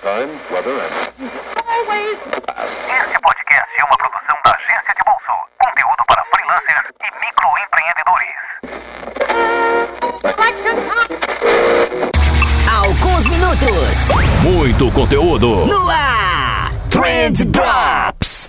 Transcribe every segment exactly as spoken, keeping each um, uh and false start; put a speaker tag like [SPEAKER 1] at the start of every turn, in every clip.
[SPEAKER 1] time, weather and...
[SPEAKER 2] Always. Esse podcast é uma produção da Agência de Bolso. Conteúdo para freelancers e microempreendedores.
[SPEAKER 3] Alguns minutos.
[SPEAKER 4] Muito conteúdo.
[SPEAKER 3] No ar.
[SPEAKER 4] Trend Drops.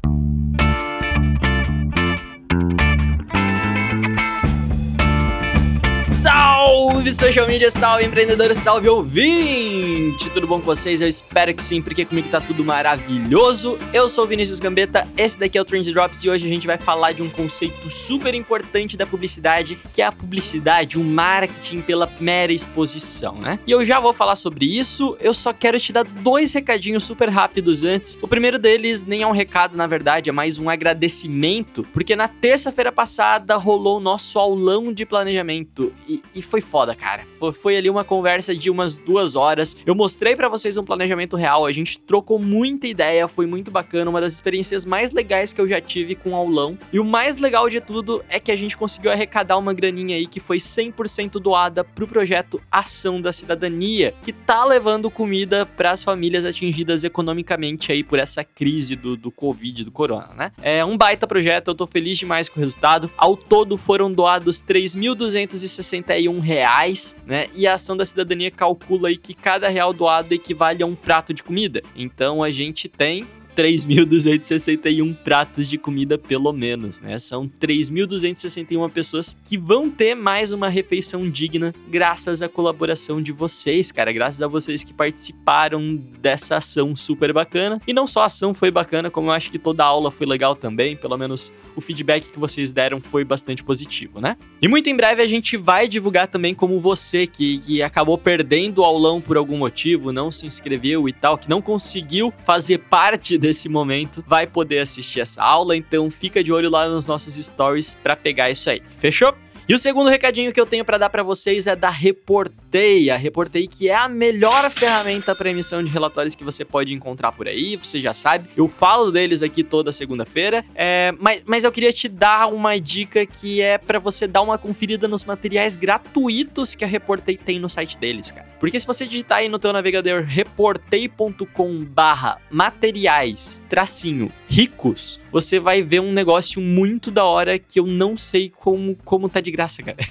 [SPEAKER 5] Salve social media, salve empreendedor, salve ouvinte! Tudo bom com vocês? Eu espero que sim, porque comigo tá tudo maravilhoso. Eu sou o Vinícius Gambetta, esse daqui é o Trend Drops e hoje a gente vai falar de um conceito super importante da publicidade, que é a publicidade, o marketing pela mera exposição, né? E eu já vou falar sobre isso, eu só quero te dar dois recadinhos super rápidos antes. O primeiro deles nem é um recado, na verdade, é mais um agradecimento, porque na terça-feira passada rolou o nosso aulão de planejamento. E, e foi foda, cara. Foi, foi ali uma conversa de umas duas horas. Eu mostrei pra vocês um planejamento real. A gente trocou muita ideia. Foi muito bacana. Uma das experiências mais legais que eu já tive com o aulão. E o mais legal de tudo é que a gente conseguiu arrecadar uma graninha aí que foi cem por cento doada pro projeto Ação da Cidadania, que tá levando comida pras famílias atingidas economicamente aí por essa crise do, do Covid, do corona, né? É um baita projeto. Eu tô feliz demais com o resultado. Ao todo foram doados três mil duzentos e sessenta e um reais, né? E a Ação da Cidadania calcula aí que cada real doado equivale a um prato de comida. Então a gente tem três mil duzentos e sessenta e um pratos de comida pelo menos, né? São três mil duzentos e sessenta e uma pessoas que vão ter mais uma refeição digna graças à colaboração de vocês, cara. Graças a vocês que participaram dessa ação super bacana. E não só a ação foi bacana, como eu acho que toda a aula foi legal também. Pelo menos o feedback que vocês deram foi bastante positivo, né? E muito em breve a gente vai divulgar também como você que, que acabou perdendo o aulão por algum motivo, não se inscreveu e tal, que não conseguiu fazer parte desse momento, vai poder assistir essa aula, então fica de olho lá nos nossos stories pra pegar isso aí, fechou? E o segundo recadinho que eu tenho pra dar pra vocês é da Reportei, a Reportei que é a melhor ferramenta para emissão de relatórios que você pode encontrar por aí, você já sabe, eu falo deles aqui toda segunda-feira, é, mas, mas eu queria te dar uma dica que é pra você dar uma conferida nos materiais gratuitos que a Reportei tem no site deles, cara. Porque se você digitar aí no teu navegador reportei ponto com barra materiais tracinho ricos, você vai ver um negócio muito da hora que eu não sei como, como tá de graça, cara.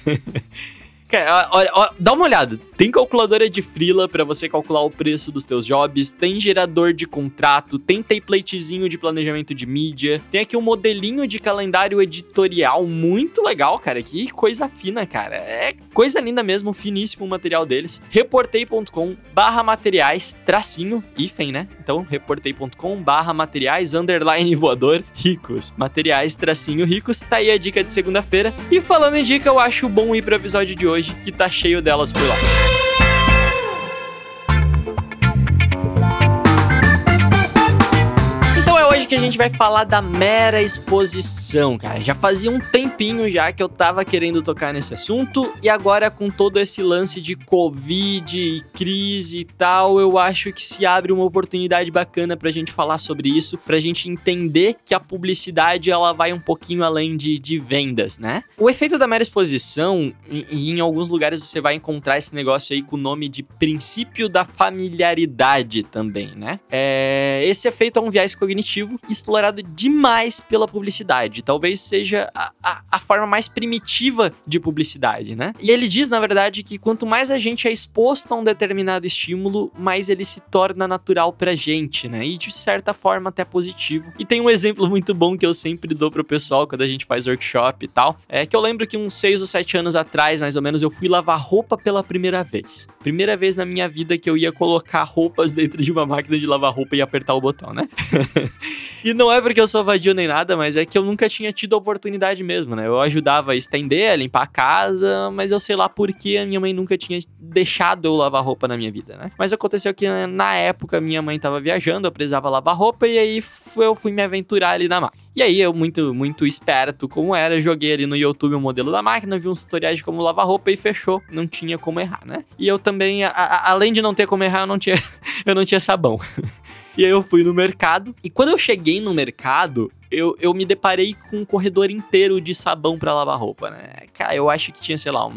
[SPEAKER 5] Cara, olha, olha, dá uma olhada. Tem calculadora de freela pra você calcular o preço dos teus jobs, tem gerador de contrato, tem templatezinho de planejamento de mídia, tem aqui um modelinho de calendário editorial muito legal, cara. Que coisa fina, cara. É coisa linda mesmo, finíssimo o material deles. reportei ponto com barra materiais, tracinho, hífen, né? Então, reportei ponto com barra materiais, underline voador, ricos. Materiais, tracinho, ricos. Tá aí a dica de segunda-feira. E falando em dica, eu acho bom ir pro episódio de hoje, que tá cheio delas por lá. Que a gente vai falar da mera exposição, cara. Já fazia um tempinho já que eu tava querendo tocar nesse assunto e agora com todo esse lance de Covid e crise e tal, eu acho que se abre uma oportunidade bacana pra gente falar sobre isso, pra gente entender que a publicidade ela vai um pouquinho além de, de vendas, né? O efeito da mera exposição, e em alguns lugares você vai encontrar esse negócio aí com o nome de princípio da familiaridade também, né? É, esse efeito é um viés cognitivo explorado demais pela publicidade. Talvez seja a, a, a forma mais primitiva de publicidade, né? E ele diz, na verdade, que quanto mais a gente é exposto a um determinado estímulo, mais ele se torna natural pra gente, né? E de certa forma até positivo. E tem um exemplo muito bom que eu sempre dou pro pessoal quando a gente faz workshop e tal. É que eu lembro que uns seis ou sete anos atrás, mais ou menos, eu fui lavar roupa pela primeira vez. Primeira vez na minha vida que eu ia colocar roupas dentro de uma máquina de lavar roupa e apertar o botão, né? E não é porque eu sou vadio nem nada, mas é que eu nunca tinha tido a oportunidade mesmo, né? Eu ajudava a estender, a limpar a casa, mas eu sei lá por que a minha mãe nunca tinha deixado eu lavar roupa na minha vida, né? Mas aconteceu que na época minha mãe tava viajando, eu precisava lavar roupa e aí eu fui me aventurar ali na máquina. E aí eu, muito, muito esperto como era, joguei ali no YouTube o modelo da máquina, vi uns tutoriais de como lavar roupa e fechou. Não tinha como errar, né? E eu também, a, a, além de não ter como errar, eu não tinha, eu não tinha sabão. E aí eu fui no mercado, e quando eu cheguei no mercado, eu, eu me deparei com um corredor inteiro de sabão pra lavar roupa, né? Cara, eu acho que tinha, sei lá, umas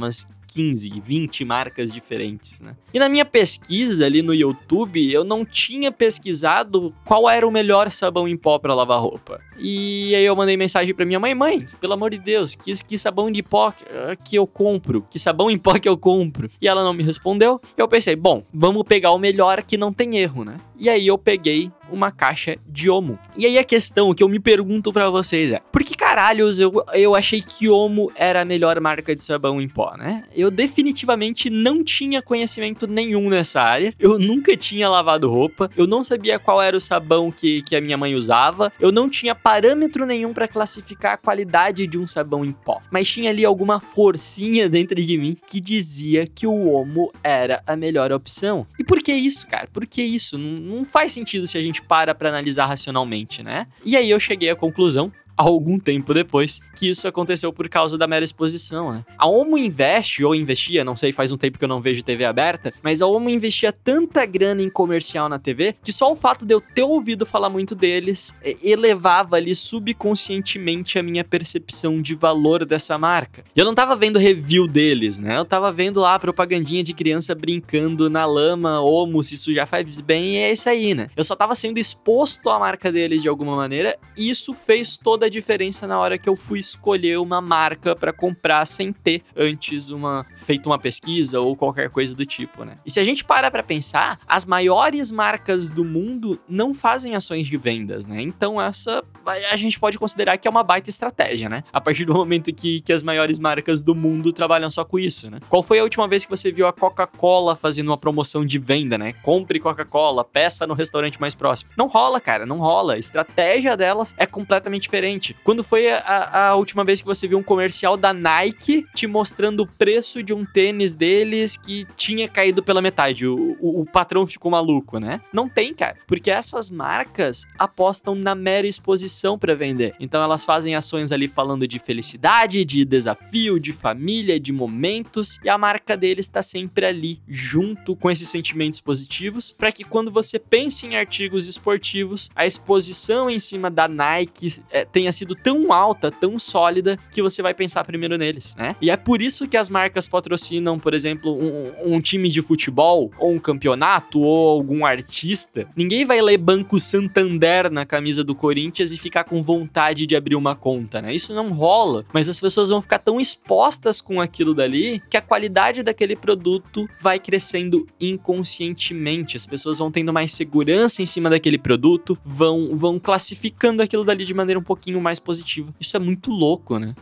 [SPEAKER 5] quinze, vinte marcas diferentes, né? E na minha pesquisa ali no YouTube, eu não tinha pesquisado qual era o melhor sabão em pó pra lavar roupa. E aí eu mandei mensagem pra minha mãe, mãe, pelo amor de Deus, que, que sabão de pó que eu compro? Que sabão em pó que eu compro? E ela não me respondeu. Eu pensei, bom, vamos pegar o melhor que não tem erro, né? E aí eu peguei uma caixa de Omo. E aí a questão que eu me pergunto pra vocês é, por que caralhos eu, eu achei que Omo era a melhor marca de sabão em pó, né? Eu definitivamente não tinha conhecimento nenhum nessa área, eu nunca tinha lavado roupa, eu não sabia qual era o sabão que, que a minha mãe usava, eu não tinha parâmetro nenhum pra classificar a qualidade de um sabão em pó, mas tinha ali alguma forcinha dentro de mim que dizia que o Omo era a melhor opção. E por que isso, cara? Por que isso? Não, não faz sentido se a gente para pra analisar racionalmente, né? E aí eu cheguei à conclusão, algum tempo depois, que isso aconteceu por causa da mera exposição, né? A Omo investe, ou investia, não sei, faz um tempo que eu não vejo T V aberta, mas a Omo investia tanta grana em comercial na T V, que só o fato de eu ter ouvido falar muito deles, elevava ali subconscientemente a minha percepção de valor dessa marca. Eu não tava vendo review deles, né? Eu tava vendo lá a propagandinha de criança brincando na lama, Omo, se isso já faz bem, e é isso aí, né? Eu só tava sendo exposto à marca deles de alguma maneira, e isso fez toda a diferença na hora que eu fui escolher uma marca pra comprar sem ter antes uma feito uma pesquisa ou qualquer coisa do tipo, né? E se a gente para pra pensar, as maiores marcas do mundo não fazem ações de vendas, né? Então essa a gente pode considerar que é uma baita estratégia, né? A partir do momento que, que as maiores marcas do mundo trabalham só com isso, né? Qual foi a última vez que você viu a Coca-Cola fazendo uma promoção de venda, né? Compre Coca-Cola, peça no restaurante mais próximo. Não rola, cara, não rola. A estratégia delas é completamente diferente. Quando foi a, a última vez que você viu um comercial da Nike te mostrando o preço de um tênis deles que tinha caído pela metade? O, o, o patrão ficou maluco, né? Não tem, cara. Porque essas marcas apostam na mera exposição pra vender. Então elas fazem ações ali falando de felicidade, de desafio, de família, de momentos. E a marca deles tá sempre ali, junto com esses sentimentos positivos, para que quando você pense em artigos esportivos, a exposição em cima da Nike é, tenha sido tão alta, tão sólida, que você vai pensar primeiro neles, né? E é por isso que as marcas patrocinam, por exemplo, um, um time de futebol, ou um campeonato, ou algum artista. Ninguém vai ler Banco Santander na camisa do Corinthians e ficar com vontade de abrir uma conta, né? Isso não rola, mas as pessoas vão ficar tão expostas com aquilo dali, que a qualidade daquele produto vai crescendo inconscientemente. As pessoas vão tendo mais segurança em cima daquele produto, vão, vão classificando aquilo dali de maneira um pouquinho mais positiva. Isso é muito louco, né?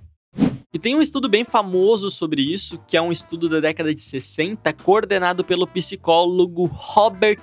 [SPEAKER 5] E tem um estudo bem famoso sobre isso, que é um estudo da década de sessenta, coordenado pelo psicólogo Robert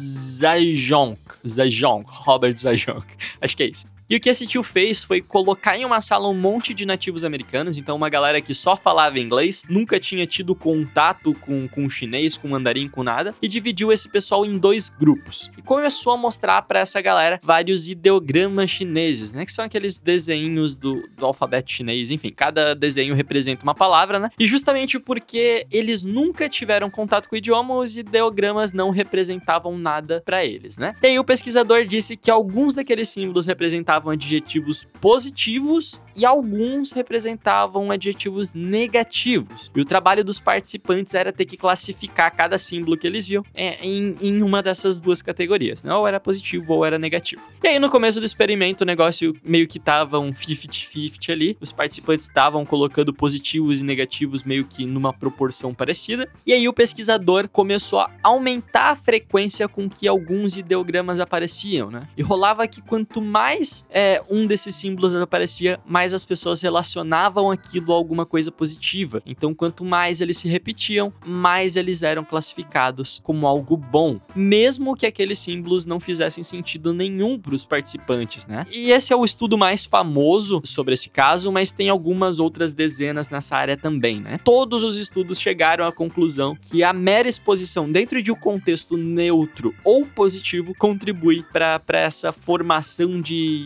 [SPEAKER 5] Zajonc. Zajonc, Robert Zajonc, acho que é isso. E o que esse tio fez foi colocar em uma sala um monte de nativos americanos, então uma galera que só falava inglês, nunca tinha tido contato com, com chinês, com mandarim, com nada, e dividiu esse pessoal em dois grupos. E começou a mostrar pra essa galera vários ideogramas chineses, né, que são aqueles desenhos do, do alfabeto chinês, enfim, cada desenho representa uma palavra, né, e justamente porque eles nunca tiveram contato com o idioma, os ideogramas não representavam nada pra eles, né. E aí o pesquisador disse que alguns daqueles símbolos representavam adjetivos positivos e alguns representavam adjetivos negativos. E o trabalho dos participantes era ter que classificar cada símbolo que eles viam em, em uma dessas duas categorias, né? Ou era positivo ou era negativo. E aí no começo do experimento o negócio meio que tava um cinquenta cinquenta ali. Os participantes estavam colocando positivos e negativos meio que numa proporção parecida. E aí o pesquisador começou a aumentar a frequência com que alguns ideogramas apareciam, né? E rolava que quanto mais É, um desses símbolos aparecia, mais as pessoas relacionavam aquilo a alguma coisa positiva. Então, quanto mais eles se repetiam, mais eles eram classificados como algo bom, mesmo que aqueles símbolos não fizessem sentido nenhum para os participantes, né? E esse é o estudo mais famoso sobre esse caso, mas tem algumas outras dezenas nessa área também, né? Todos os estudos chegaram à conclusão que a mera exposição dentro de um contexto neutro ou positivo contribui para essa formação de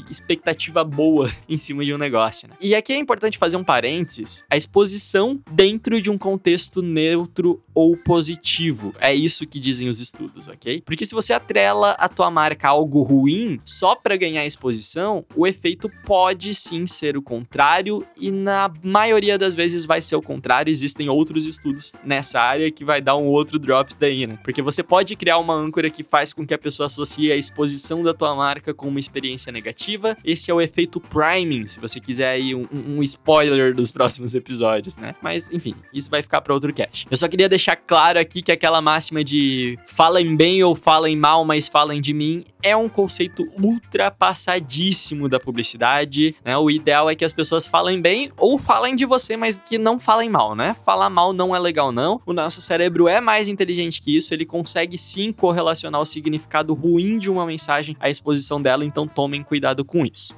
[SPEAKER 5] expectativa boa em cima de um negócio, né? E aqui é importante fazer um parênteses, a exposição dentro de um contexto neutro ou positivo. É isso que dizem os estudos, ok? Porque se você atrela a tua marca a algo ruim só para ganhar exposição, o efeito pode sim ser o contrário e na maioria das vezes vai ser o contrário. Existem outros estudos nessa área que vai dar um outro drops daí, né? Porque você pode criar uma âncora que faz com que a pessoa associe a exposição da tua marca com uma experiência negativa. Esse é o efeito priming, se você quiser aí um, um spoiler dos próximos episódios, né? Mas, enfim, isso vai ficar para outro cast. Eu só queria deixar claro aqui que aquela máxima de falem bem ou falem mal, mas falem de mim, é um conceito ultrapassadíssimo da publicidade, né? O ideal é que as pessoas falem bem ou falem de você, mas que não falem mal, né? Falar mal não é legal, não. O nosso cérebro é mais inteligente que isso, ele consegue sim correlacionar o significado ruim de uma mensagem à exposição dela, então tomem cuidado com isso.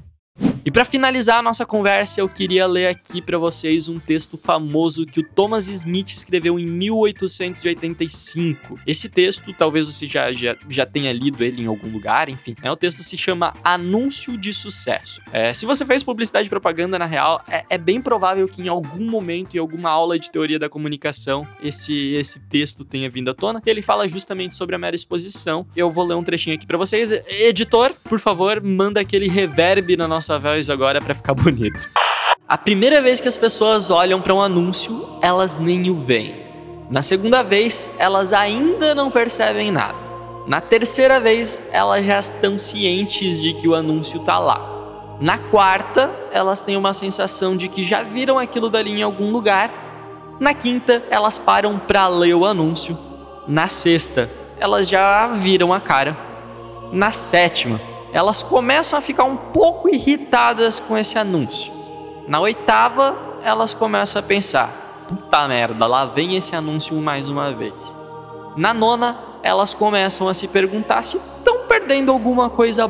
[SPEAKER 5] E para finalizar a nossa conversa, eu queria ler aqui para vocês um texto famoso que o Thomas Smith escreveu em mil oitocentos e oitenta e cinco. Esse texto, talvez você já, já, já tenha lido ele em algum lugar, enfim. Né? O texto se chama Anúncio de Sucesso. É, se você fez publicidade e propaganda, na real, é, é bem provável que em algum momento, em alguma aula de teoria da comunicação, esse, esse texto tenha vindo à tona. Ele fala justamente sobre a mera exposição. Eu vou ler um trechinho aqui para vocês. Editor, por favor, manda aquele reverb na nossa voz agora para ficar bonito. A primeira vez que as pessoas olham para um anúncio, elas nem o veem. Na segunda vez, elas ainda não percebem nada. Na terceira vez, elas já estão cientes de que o anúncio tá lá. Na quarta, elas têm uma sensação de que já viram aquilo dali em algum lugar. Na quinta, elas param para ler o anúncio. Na sexta, elas já viram a cara. Na sétima, elas começam a ficar um pouco irritadas com esse anúncio. Na oitava, elas começam a pensar: puta merda, lá vem esse anúncio mais uma vez. Na nona, elas começam a se perguntar se estão perdendo alguma coisa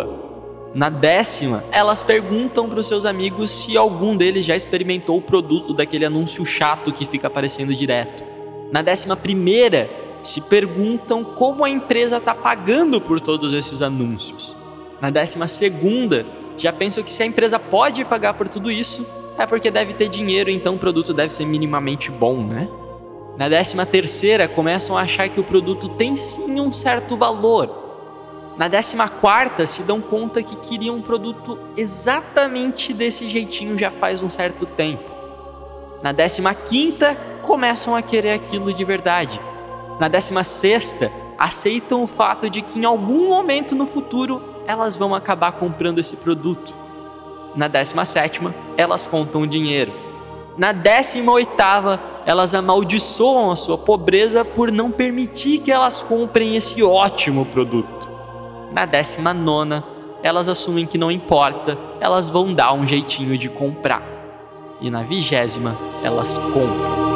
[SPEAKER 5] boa. Na décima, elas perguntam para os seus amigos se algum deles já experimentou o produto daquele anúncio chato que fica aparecendo direto. Na décima primeira, se perguntam como a empresa está pagando por todos esses anúncios. Na décima segunda, já pensam que se a empresa pode pagar por tudo isso, é porque deve ter dinheiro, então o produto deve ser minimamente bom, né? Na décima terceira, começam a achar que o produto tem sim um certo valor. Na décima quarta, se dão conta que queriam um produto exatamente desse jeitinho já faz um certo tempo. Na décima quinta, começam a querer aquilo de verdade. Na décima sexta, aceitam o fato de que em algum momento no futuro elas vão acabar comprando esse produto. Na décima sétima, elas contam o dinheiro. Na décima oitava, elas amaldiçoam a sua pobreza por não permitir que elas comprem esse ótimo produto. Na décima nona, elas assumem que não importa, elas vão dar um jeitinho de comprar. E na vigésima, elas compram.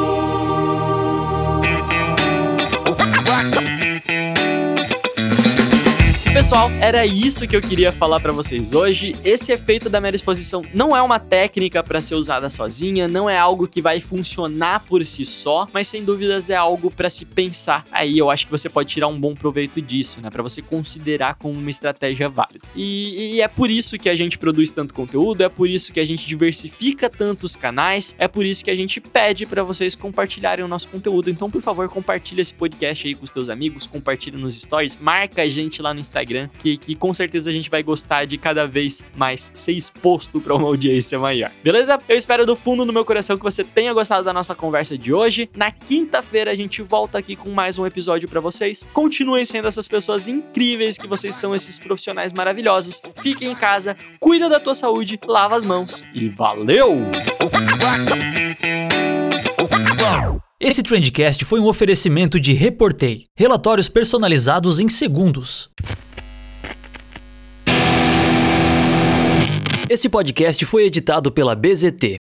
[SPEAKER 5] Pessoal, era isso que eu queria falar pra vocês hoje. Esse efeito da mera exposição não é uma técnica pra ser usada sozinha, não é algo que vai funcionar por si só, mas sem dúvidas é algo pra se pensar. Aí eu acho que você pode tirar um bom proveito disso, né? Pra você considerar como uma estratégia válida. E, e é por isso que a gente produz tanto conteúdo, é por isso que a gente diversifica tantos canais, é por isso que a gente pede pra vocês compartilharem o nosso conteúdo. Então, por favor, compartilha esse podcast aí com os teus amigos, compartilha nos stories, marca a gente lá no Instagram, Que, que com certeza a gente vai gostar de cada vez mais ser exposto para uma audiência maior. Beleza? Eu espero do fundo do meu coração que você tenha gostado da nossa conversa de hoje. Na quinta-feira a gente volta aqui com mais um episódio para vocês. Continuem sendo essas pessoas incríveis que vocês são, esses profissionais maravilhosos. Fiquem em casa, cuida da tua saúde, lava as mãos e valeu!
[SPEAKER 1] Esse Trendcast foi um oferecimento de Reportei, relatórios personalizados em segundos. Esse podcast foi editado pela B Z T,